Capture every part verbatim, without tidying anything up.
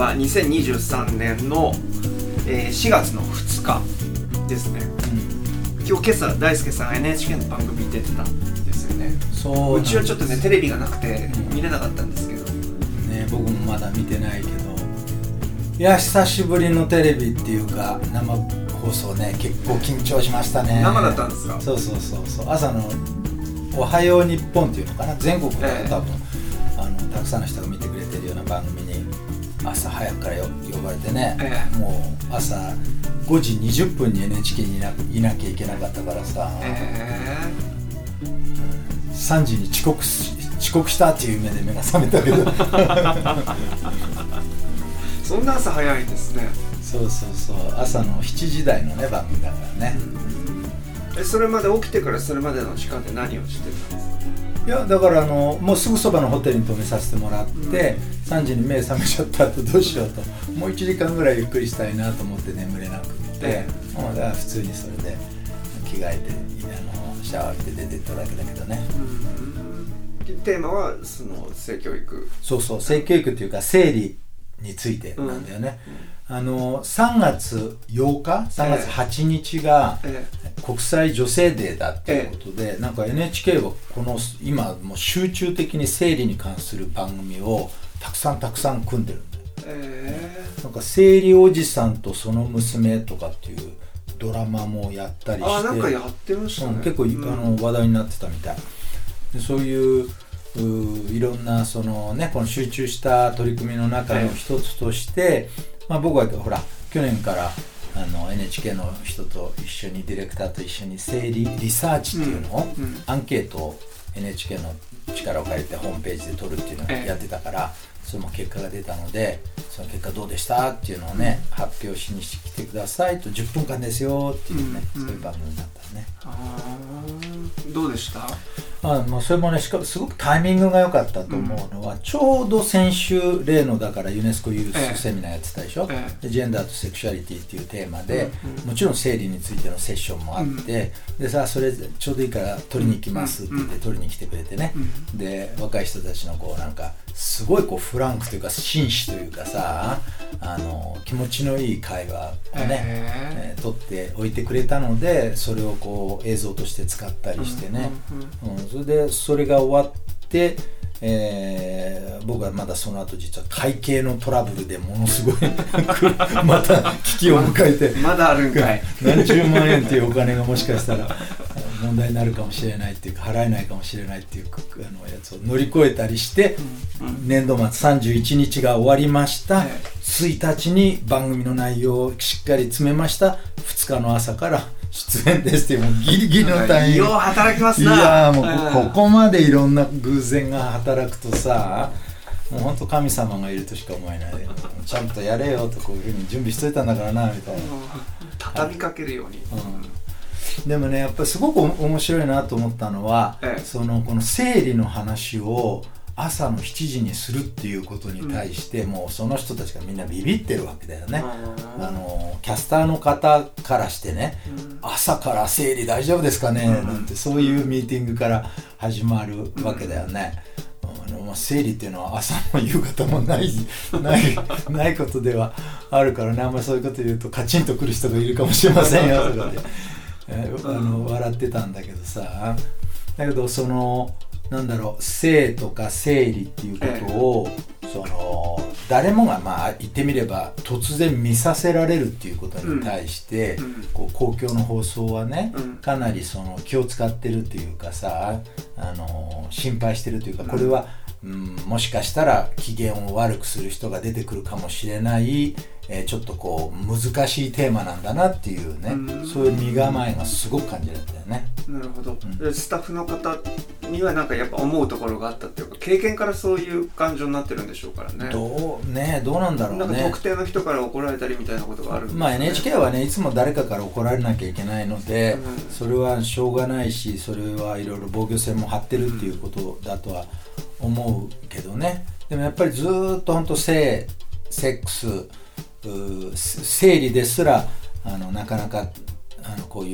はにせんにじゅうさんねんの、えー、しがつのふつかですね、うん、今日今朝大輔さんが エヌエイチケー の番組に出てたんですよね。そううちはちょっとねテレビがなくて見れなかったんですけど、うん、 ね、僕もまだ見てないけど、いや久しぶりのテレビっていうか生放送ね、結構緊張しましたね。 生だったんですか？ そうそうそうそう、朝のおはよう日本っていうのかな、全国で多分、えー、あのたくさんの人が見てくれてるような番組に朝早くから呼ばれてね、えー、もう朝ごじにじゅっぷんに エヌエイチケー にい な, いなきゃいけなかったからさ、えー、さんじに遅刻し遅刻したっていう目で目が覚めたけどそんな朝早いですね。 そうそうそう、朝のしちじ台のね番組だからね、 うん、えそれまで起きてからそれまでの時間で何をしてたんですか？ いやだからあのもうすぐそばのホテルに泊めさせてもらって、うん、さんじに目覚めちゃった後どうしようと、もういちじかんぐらいゆっくりしたいなと思って眠れなくって、ええ、もうだから普通にそれで着替えてあのシャワー浴びて出てっただけだけどね、 うん、テーマはその性教育。 そうそう、性教育っていうか生理についてなんだよね、うん、あのさんがつようかさんがつはちにちが国際女性デーだっていうことで、ええ、なんか エヌエイチケー はこの今もう集中的に生理に関する番組をたくさんたくさん組んでるんだよ、えー、なんか生理おじさんとその娘とかっていうドラマもやったりして、 あ、なんかやってましたね、 うん、結構、うん、あの話題になってたみたいで、そういういろんなその、ね、この集中した取り組みの中の一つとして、まあ、僕はほら去年からあの エヌエイチケー の人と一緒にディレクターと一緒に生理リサーチっていうのを、うんうん、アンケートを エヌエイチケー の力を借りてホームページで取るっていうのをやってたから、それも結果が出たので、その結果どうでしたっていうのをね、うん、発表しに来てくださいと、じゅっぷんかんですよっていうね、うんうん、そういう番組だったね。 あどうでした？ あまあ、それもねしかすごくタイミングが良かったと思うのは、うん、ちょうど先週例のだからユネスコユースセミナーやってたでしょ、ええ、でジェンダーとセクシュアリティっていうテーマで、うんうん、もちろん生理についてのセッションもあって、うん、でさあそれちょうどいいから取りに行きますって言って取りに来てくれてね、うん、で若い人たちのこうなんかすごいこうフランクというか紳士というかさ、あの気持ちのいい会話をね、えー、撮っておいてくれたので、それをこう映像として使ったりしてね、うんうんうん、それでそれが終わって、えー、僕はまだその後実は会計のトラブルでものすごいまた危機を迎えてまだあるんかい何十万円っていうお金がもしかしたら問題になるかもしれないっていうか払えないかもしれないっていうあのやつを乗り越えたりして、うんうん、年度末さんじゅういちにちが終わりました、はい、ついたちに番組の内容をしっかり詰めました、ふつかの朝から出演ですっていう、もうギリギリのタイミング。 よう働きますな。 いやもうここまでいろんな偶然が働くとさ、もう本当神様がいるとしか思えない。ちゃんとやれよとこういうふうに準備しといたんだからなみたいな。 畳みかけるように。 うん、でもねやっぱりすごく面白いなと思ったのは、ええ、そのこの生理の話を朝のしちじにするっていうことに対して、うん、もうその人たちがみんなビビってるわけだよね。あのキャスターの方からしてね、うん、朝から生理大丈夫ですかね、うん、なんてそういうミーティングから始まるわけだよね。うん、あのまあ、生理っていうのは朝も夕方もないないないことではあるからね、あんまりそういうこと言うとカチンとくる人がいるかもしれませんよとかで、えあの笑ってたんだけどさ、だけどそのなんだろう、性とか生理っていうことを、ええ、その誰もがまあ言ってみれば突然見させられるっていうことに対して、うん、こう公共の放送はね、うん、かなりその気を使ってるっていうかさ、あの心配してるというか、これは、うん、もしかしたら機嫌を悪くする人が出てくるかもしれない、えー、ちょっとこう難しいテーマなんだなっていうね、うん、そういう身構えがすごく感じられたよね。 なるほど、うん、スタッフの方にはなんかやっぱ思うところがあったっていうか、経験からそういう感情になってるんでしょうからね。 どうねどうなんだろうね。 なんか特定の人から怒られたりみたいなことがあるんですね。 まあ エヌエイチケー はねいつも誰かから怒られなきゃいけないので、うん、それはしょうがないし、それはいろいろ防御線も張ってるっていうことだとは思うけどね。でもやっぱりずっと本当性セックス生理ですらあのなかなかあのこういう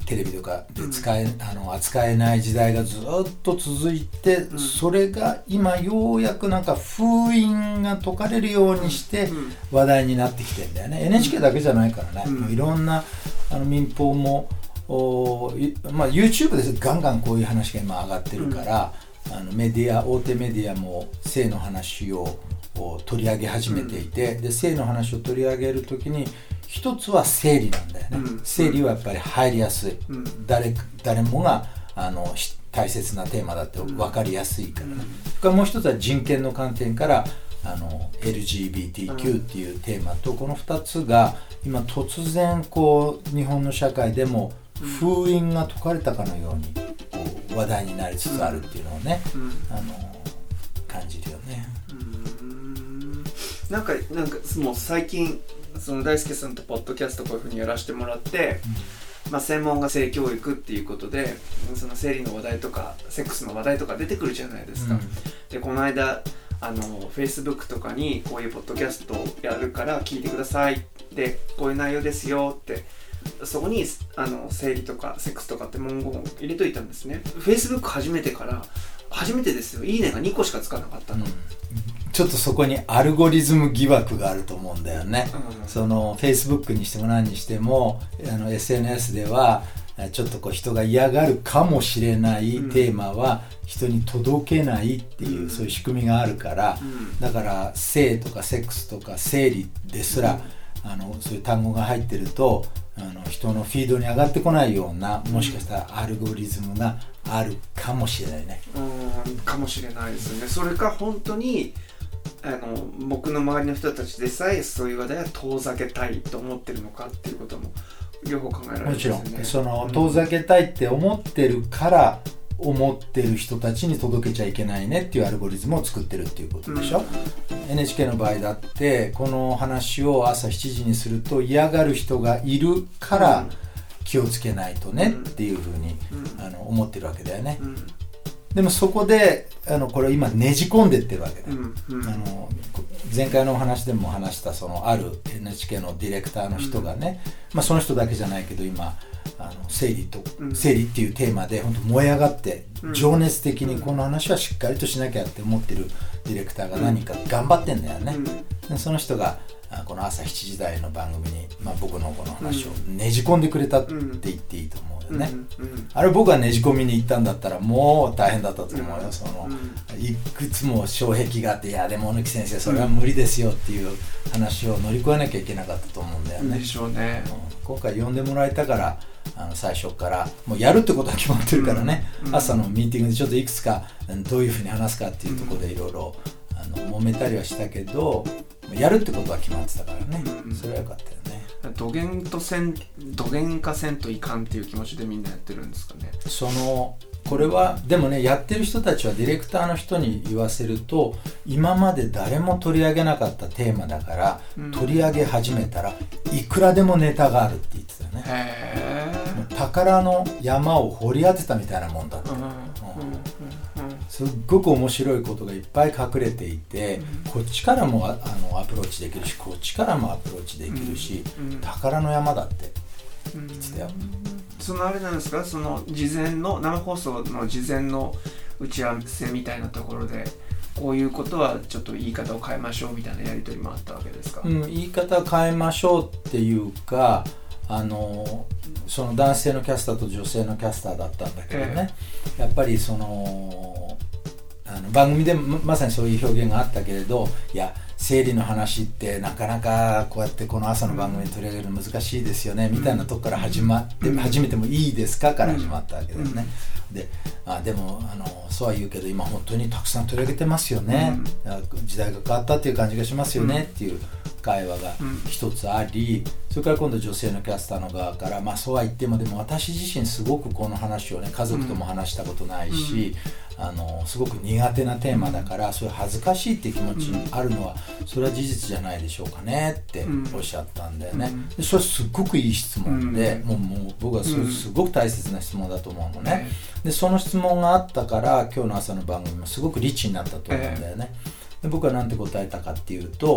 テレビとかで使え、うん、あの扱えない時代がずっと続いて、うん、それが今ようやくなんか封印が解かれるようにして話題になってきてんだよね、うん、エヌエイチケー だけじゃないからね、うん、もういろんなあの民放もまあ、YouTube でガンガンこういう話が今上がってるから、うん、あのメディア大手メディアも性の話を取り上げ始めていて、うん、で性の話を取り上げるときに一つは生理なんだよね、うん、生理はやっぱり入りやすい、うん、誰, 誰もがあの大切なテーマだって分かりやすいからね、うん、それからもう一つは人権の観点からあの エルジービーティーキュー っていうテーマと、このふたつが今突然こう日本の社会でも封印が解かれたかのようにこう話題になりつつあるっていうのをね、うん、あの感じるよね。 うーんなんかなんかもう最近その大輔さんとポッドキャストこういう風にやらせてもらって、うんまあ、専門が性教育っていうことでその生理の話題とかセックスの話題とか出てくるじゃないですか、うん、でこの間あの Facebook とかにこういうポッドキャストをやるから聞いてくださいでこういう内容ですよってそこにあの生理とかセックスとかって文言を入れといたんですね。 Facebook 始めてから初めてですよ、いいねがにこしかつかなかったの、うん、 ちょっとそこにアルゴリズム疑惑があると思うんだよね、うん、その Facebook にしても何にしてもあの エスエヌエス ではちょっとこう人が嫌がるかもしれないテーマは人に届けないっていう、うん、そういう仕組みがあるから、うん、だから性とかセックスとか生理ですら、うん、あのそういう単語が入ってるとあの人のフィードに上がってこないようなもしかしたらアルゴリズムがあるかもしれないね。 うんかもしれないですね。それか本当にあの僕の周りの人たちでさえそういう話題は遠ざけたいと思ってるのかっていうことも両方考えられるんですよね。 もちろんその遠ざけたいって思ってるから思ってる人たちに届けちゃいけないねっていうアルゴリズムを作ってるっていうことでしょ、うん、エヌエイチケー の場合だってこの話を朝しちじにすると嫌がる人がいるから気をつけないとねっていうふうに、うん、あの思ってるわけだよね、うん、でもそこであのこれを今ねじ込んでってるわけだ、うんうん、あの前回のお話でも話したそのある エヌエイチケー のディレクターの人がね、うんまあ、その人だけじゃないけど今あの生理と、うん、生理っていうテーマで本当燃え上がって情熱的にこの話はしっかりとしなきゃって思ってるディレクターが何人か頑張ってんだよね、うん、でその人がこの朝しちじ台の番組に、まあ、僕のこの話をねじ込んでくれたって言っていいと思うよね、うんうん、あれ僕がねじ込みに行ったんだったらもう大変だったと思うよ、そのいくつも障壁があっていやでも小貫先生それは無理ですよっていう話を乗り越えなきゃいけなかったと思うんだよね。 でしょうね、 うん、今回呼んでもらえたからあの最初からもうやるってことは決まってるからね、うん、朝のミーティングでちょっといくつかどういうふうに話すかっていうところでいろいろ揉めたりはしたけどやるってことは決まってたからね、うん、それはよかったよね。 土幻とせん土幻化せんといかんっていう気持ちでみんなやってるんですかね。 そのこれはでもねやってる人たちはディレクターの人に言わせると今まで誰も取り上げなかったテーマだから、うん、取り上げ始めたらいくらでもネタがあるって言ってたよね。 へー、 宝の山を掘り当てたみたいなもんだって、うんうんうん、すっごく面白いことがいっぱい隠れていて、うん、こっちからも あ, あのアプローチできるしこっちからもアプローチできるし、うんうん、宝の山だって言ってたよ、うんそのあれなんですか、その事前の生放送の事前の打ち合わせみたいなところでこういうことはちょっと言い方を変えましょうみたいなやり取りもあったわけですか。 うん、言い方を変えましょうっていうかあのその男性のキャスターと女性のキャスターだったんだけどね、えー、やっぱりそのあの番組で ま, まさにそういう表現があったけれどいや生理の話ってなかなかこうやってこの朝の番組に取り上げるの難しいですよね、うん、みたいなとこから始まって、うん、始めてもいいですかから始まったわけだよね、うん、で, あでもあのそうは言うけど今本当にたくさん取り上げてますよね、うん、時代が変わったっていう感じがしますよね、うん、っていう会話が一つあり、それから今度女性のキャスターの側からまあそうは言ってもでも私自身すごくこの話をね家族とも話したことないし、うん、あのすごく苦手なテーマだからそういう恥ずかしいっていう気持ちにあるのはそれは事実じゃないでしょうかねっておっしゃったんだよね、うん、でそれすっごくいい質問で、うん、もう、もう僕は す, すごく大切な質問だと思うのね、でその質問があったから今日の朝の番組もすごくリッチになったと思うんだよね、で僕は何て答えたかっていうと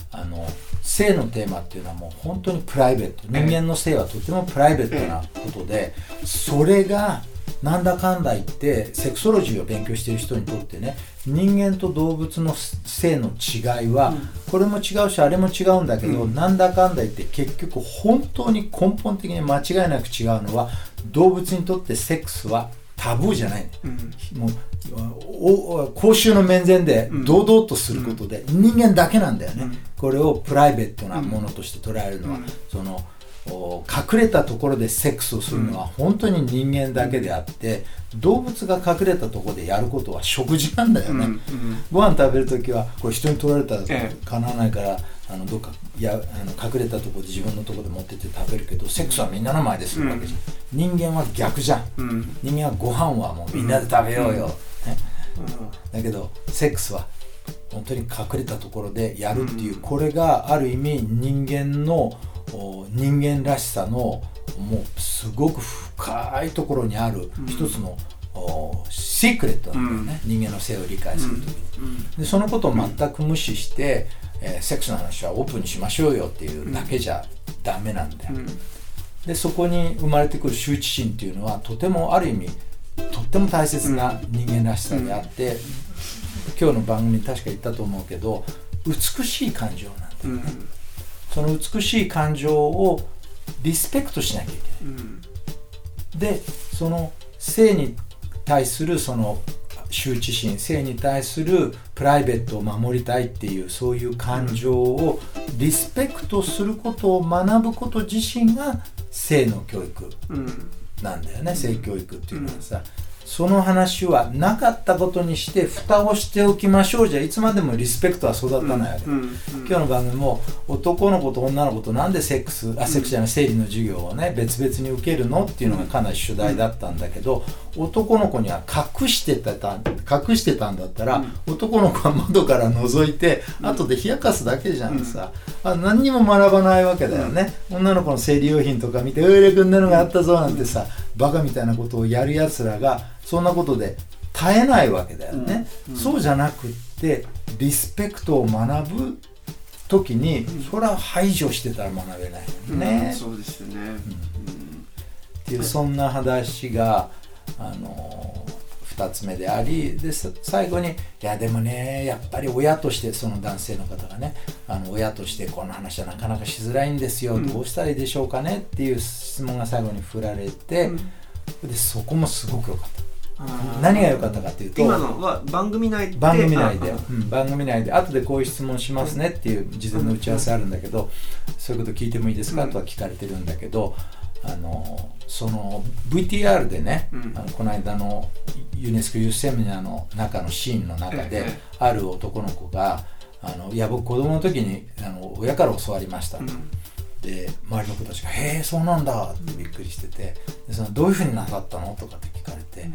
あの性のテーマっていうのはもう本当にプライベート、人間の性はとてもプライベートなことで、それがなんだかんだ言ってセクソロジーを勉強している人にとってね、人間と動物の性の違いは、うん、これも違うしあれも違うんだけど、うん、なんだかんだ言って結局本当に根本的に間違いなく違うのは、動物にとってセックスはタブーじゃない、うん、もうお公衆の面前で堂々とすることで、うん、人間だけなんだよね、うん、これをプライベートなものとして捉えるのは、うん、その隠れたところでセックスをするのは本当に人間だけであって、動物が隠れたところでやることは食事なんだよね、うんうん、ご飯食べるときはこれ人に取られたらかなわないから、あのどっかやあの隠れたところで自分のところで持ってって食べるけど、セックスはみんなの前でするわけじゃん、うん、人間は逆じゃん、うん、人間はご飯はもうみんなで食べようよ、うんねうん、だけどセックスは本当に隠れたところでやるっていう、うん、これがある意味人間の人間らしさのもうすごく深いところにある一つの、うん、シークレットなんだよね、うん、人間の性を理解するときに、うん、でそのことを全く無視して、えー、セックスの話はオープンにしましょうよっていうだけじゃダメなんだよ、うん、でそこに生まれてくる羞恥心っていうのはとてもある意味とっても大切な人間らしさであって、うん、今日の番組に確か言ったと思うけど、美しい感情なんだよね、うん、その美しい感情をリスペクトしなきゃいけない、うん、でその性に対するその羞恥心、性に対するプライベートを守りたいっていうそういう感情をリスペクトすることを学ぶこと自身が性の教育なんだよね、うん、性教育っていうのはさ、その話はなかったことにして蓋をしておきましょうじゃいつまでもリスペクトは育たないわけ、うんうんうん、今日の番組も男の子と女の子となんでセックスあセックスじゃない生理の授業をね別々に受けるのっていうのがかなり主題だったんだけど、男の子には隠してた隠してたんだったら、うん、男の子は窓から覗いて、うん、後で冷やかすだけじゃんさ、うん、あ何にも学ばないわけだよね、うん、女の子の生理用品とか見てうれこんなのがあったぞなんてさ、バカみたいなことをやるやつらがそんなことで絶えないわけだよね、うんうん、そうじゃなくってリスペクトを学ぶ時に、うん、それは排除してたら学べないよね、 うん、そうですよね、うん、 っていうそんな話があのふたつめであり、で最後にいやでもねやっぱり親としてその男性の方がねあの親としてこの話はなかなかしづらいんですよ、うん、どうしたらいいでしょうかねっていう質問が最後に振られて、うん、でそこもすごく良かった。何が良かったかというと今のは番組内で番組内で、うん、番組内で後でこういう質問しますねっていう事前の打ち合わせあるんだけど、うん、そういうこと聞いてもいいですか、うん、とは聞かれてるんだけど、あのその ブイティーアール でね、うん、あのこの間のユネスコユースセミナーの中のシーンの中で、ええ、ある男の子があのいや僕子供の時にあの親から教わりました、うん、で周りの子たちがへえそうなんだってびっくりしてて、でそのどういうふうになさったのとかって聞かれて、うん、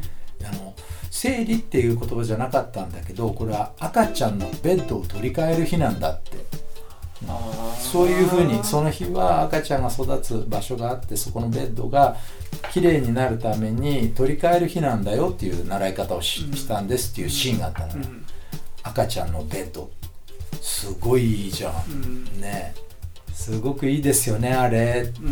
あの生理っていう言葉じゃなかったんだけどこれは赤ちゃんのベッドを取り替える日なんだって、あそういうふうにその日は赤ちゃんが育つ場所があってそこのベッドがきれいになるために取り替える日なんだよっていう習い方を し,、うん、したんですっていうシーンがあったのね、うん、赤ちゃんのベッドすごいいいじゃん、うん、ねすごくいいですよねあれって、うん、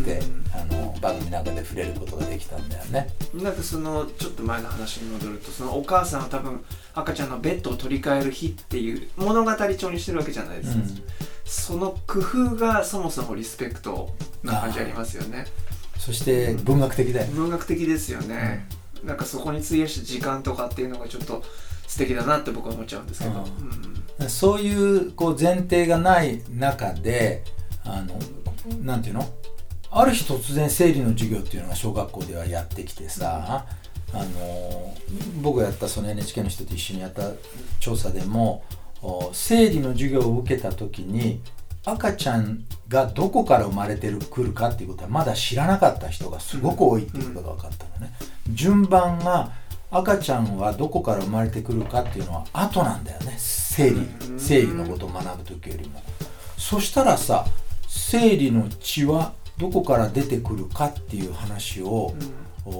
あの番組の中で触れることができたんだよね。 なんかそのちょっと前の話に戻るとそのお母さんは多分赤ちゃんのベッドを取り替える日っていう物語調にしてるわけじゃないですか、うん、その工夫がそもそもリスペクトな感じありますよね。 そして文学的だよね、 文学的ですよね、うん、なんかそこに費やした時間とかっていうのがちょっと素敵だなって僕は思っちゃうんですけど、 うん、そういうこう前提がない中であのなんていうのある日突然生理の授業っていうのが小学校ではやってきてさ、あの僕がやったその エヌエイチケー の人と一緒にやった調査でも生理の授業を受けた時に赤ちゃんがどこから生まれてくるかっていうことはまだ知らなかった人がすごく多いっていうことが分かったのね、うん、順番が赤ちゃんはどこから生まれてくるかっていうのは後なんだよね、生理生理のことを学ぶ時よりも。そしたらさ生理の血はどこから出てくるかっていう話を、うん、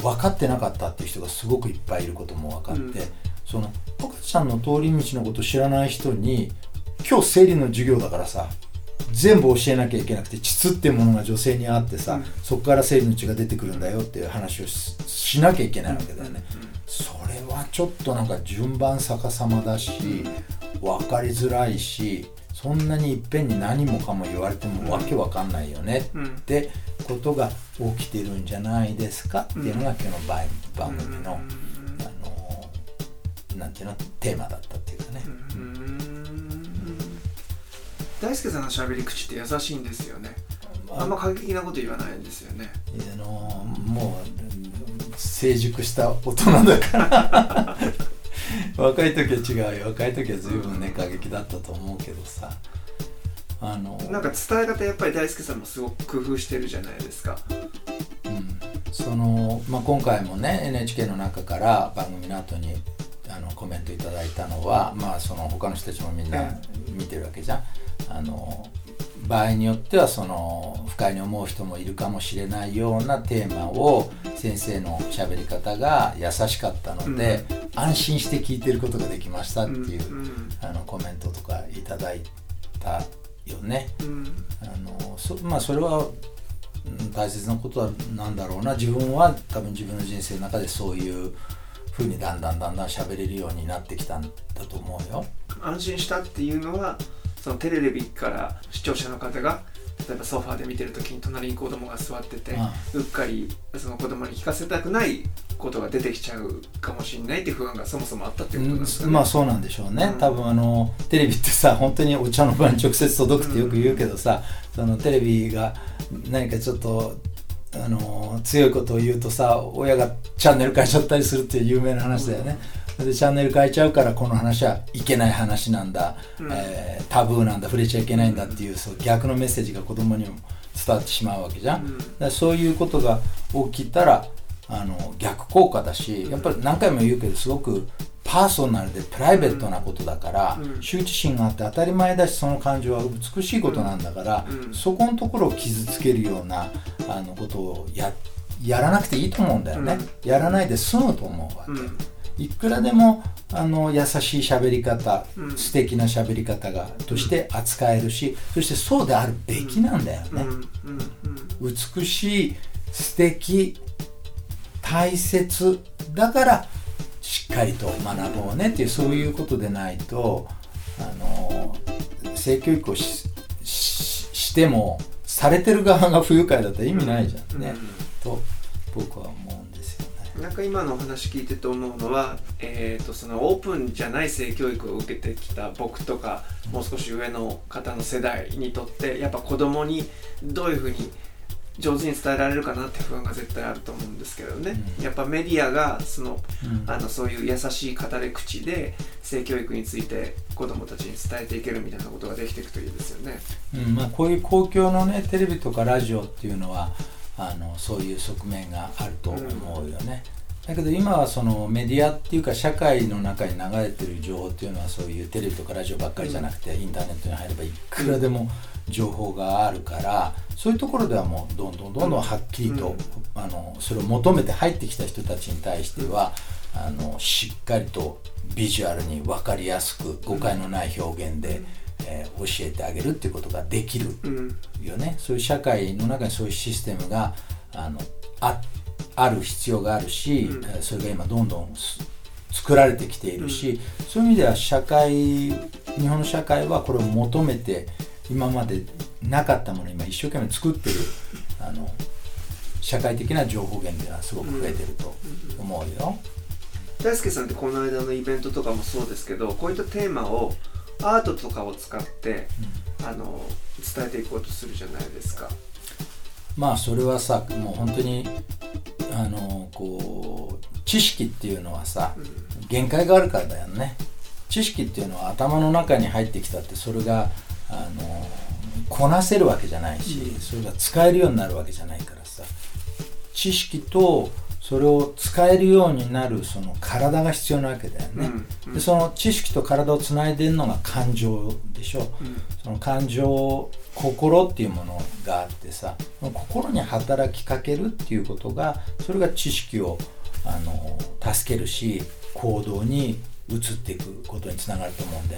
分かってなかったっていう人がすごくいっぱいいることも分かって、うん、その赤ちゃんの通り道のことを知らない人に今日生理の授業だからさ全部教えなきゃいけなくて、膣っていうものが女性にあってさ、うん、そこから生理の血が出てくるんだよっていう話を し, しなきゃいけないわけだよね、うん、それはちょっとなんか順番逆さまだし、分かりづらいし、そんなにいっぺんに何もかも言われてもわけわかんないよねってことが起きてるんじゃないですかっていうのが今日の番組の、あのなんていうのテーマだったっていうかね。うん、 大輔さんの喋り口って優しいんですよね。あんま過激なこと言わないんですよね。 あのもう成熟した大人だから若い時は違うよ。若い時は随分ね過激だったと思うけどさ、あのなんか伝え方やっぱり大輔さんもすごく工夫してるじゃないですか。 うん、その、まあ、今回もね エヌエイチケー の中から番組の後にあのコメントいただいたのは、まあその他の人たちもみんな見てるわけじゃん。あの場合によってはその不快に思う人もいるかもしれないようなテーマを先生の喋り方が優しかったので、うん、安心して聞いてることができましたっていう、うん、あのコメントとかいただいたよね、うん、あのそまあそれは大切なことはなんだろうな。自分は多分自分の人生の中でそういう風にだんだんだんだん喋れるようになってきたんだと思うよ。 安心したっていうのはそのテレビから視聴者の方が例えばソファーで見てる時に隣に子供が座ってて、ああうっかりその子供に聞かせたくないことが出てきちゃうかもしれないっていう不安がそもそもあったっていうことなんですかね。 まあそうなんでしょうね、うん、多分あのテレビってさ本当にお茶の間に直接届くってよく言うけどさ、うん、そのテレビが何かちょっとあの強いことを言うとさ親がチャンネル変えちゃったりするっていう有名な話だよね、うん、でチャンネル変えちゃうからこの話はいけない話なんだ、うんえー、タブーなんだ触れちゃいけないんだっていう、そう逆のメッセージが子供にも伝わってしまうわけじゃん、うん、だからそういうことが起きたらあの逆効果だし、やっぱり何回も言うけどすごくパーソナルでプライベートなことだから、うん、羞恥心があって当たり前だし、その感情は美しいことなんだから、うん、そこのところを傷つけるようなあのことを や, やらなくていいと思うんだよね、うん、やらないで済むと思うわけ、うん、いくらでもあの優しい喋り方、うん、素敵な喋り方がとして扱えるし、そしてそうであるべきなんだよね、うんうんうん、美しい素敵大切だからしっかりと学ぼうねっていう、そういうことでないとあの性教育を し, し, してもされてる側が不愉快だったら意味ないじゃんね、うん、と僕は思うんですよね。 なんか今のお話聞いてて思うのは、えー、とそのオープンじゃない性教育を受けてきた僕とかもう少し上の方の世代にとってやっぱ子供にどういうふうに上手に伝えられるかなって不安が絶対あると思うんですけどね、うん、やっぱメディアがその、うん、あのそういう優しい語り口で性教育について子どもたちに伝えていけるみたいなことができていくといいですよね、 うんまあ、こういう公共のねテレビとかラジオっていうのはあのそういう側面があると思うよね、うん、だけど今はそのメディアっていうか社会の中に流れてる情報っていうのはそういうテレビとかラジオばっかりじゃなくて、うん、インターネットに入ればいくらでも情報があるから、そういうところではもうどんどんどんどんはっきりと、うん、あのそれを求めて入ってきた人たちに対してはあのしっかりとビジュアルに分かりやすく誤解のない表現で、えー、教えてあげるっていうことができるよね、うん、そういう社会の中にそういうシステムが あ, の あ, ある必要があるし、うん、それが今どんどん作られてきているし、うん、そういう意味では社会日本の社会はこれを求めて今までなかったものを今一生懸命作ってるあの社会的な情報源っていうのはすごく増えてると思うよ、 うん、大輔さんってこの間のイベントとかもそうですけど、こういったテーマをアートとかを使って、うん、あの伝えていこうとするじゃないですか。 まあそれはさもう本当にあのこう知識っていうのはさ、うん、限界があるからだよね。知識っていうのは頭の中に入ってきたってそれがあのこなせるわけじゃないし、うん、それが使えるようになるわけじゃないからさ、知識とそれを使えるようになるその体が必要なわけだよね、うんうん、でその知識と体をつないでるのが感情でしょ、うん、その感情心っていうものがあってさ、心に働きかけるっていうことがそれが知識をあの助けるし行動に移っていくことにつながると思うんだよね。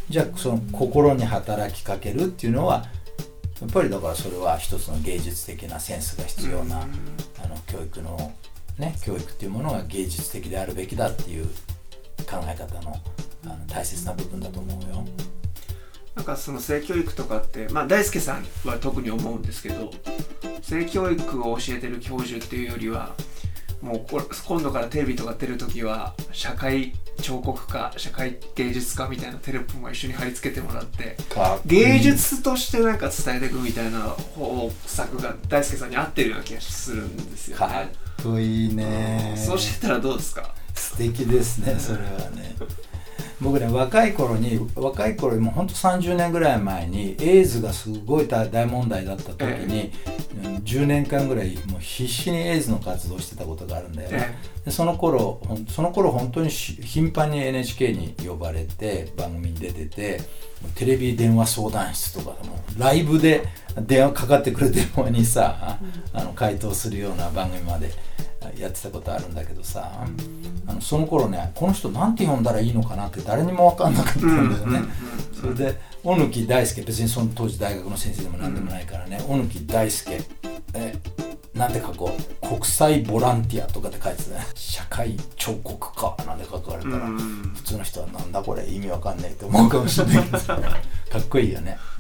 じゃあその心に働きかけるっていうのはやっぱりだからそれは一つの芸術的なセンスが必要な、うん、あの教育のね教育っていうものが芸術的であるべきだっていう考え方の、あの大切な部分だと思うよ。 なんかその性教育とかってまあ大輔さんは特に思うんですけど、性教育を教えてる教授っていうよりはもう今度からテレビとか出るときは社会彫刻家、社会芸術家みたいなテロップも一緒に貼り付けてもらって芸術としてなんか伝えていくみたいな方策が大輔さんに合ってるような気がするんですよね。 かっこいいね。 そうしてたらどうですか？ 素敵ですねそれはね。僕ね若い頃に若い頃もうほんとさんじゅうねんぐらい前にエイズがすごい大問題だった時に、ええ、じゅうねんかんぐらいもう必死にエイズの活動してたことがあるんだよね、ええ、でその頃その頃本当に頻繁に エヌエイチケー に呼ばれて番組に出てて、テレビ電話相談室とかでもライブで電話かかってくる電話にさ、うん、あの回答するような番組までやってたことあるんだけどさ、あのその頃ねこの人なんて呼んだらいいのかなって誰にも分かんなかったんだよね。それで小貫大輔、別にその当時大学の先生でも何でもないからね、小貫大輔えなんて書こう、国際ボランティアとかで書いてたね、社会彫刻家なんて書かれたら普通の人はなんだこれ意味わかんないって思うかもしれないけどかっこいいよね。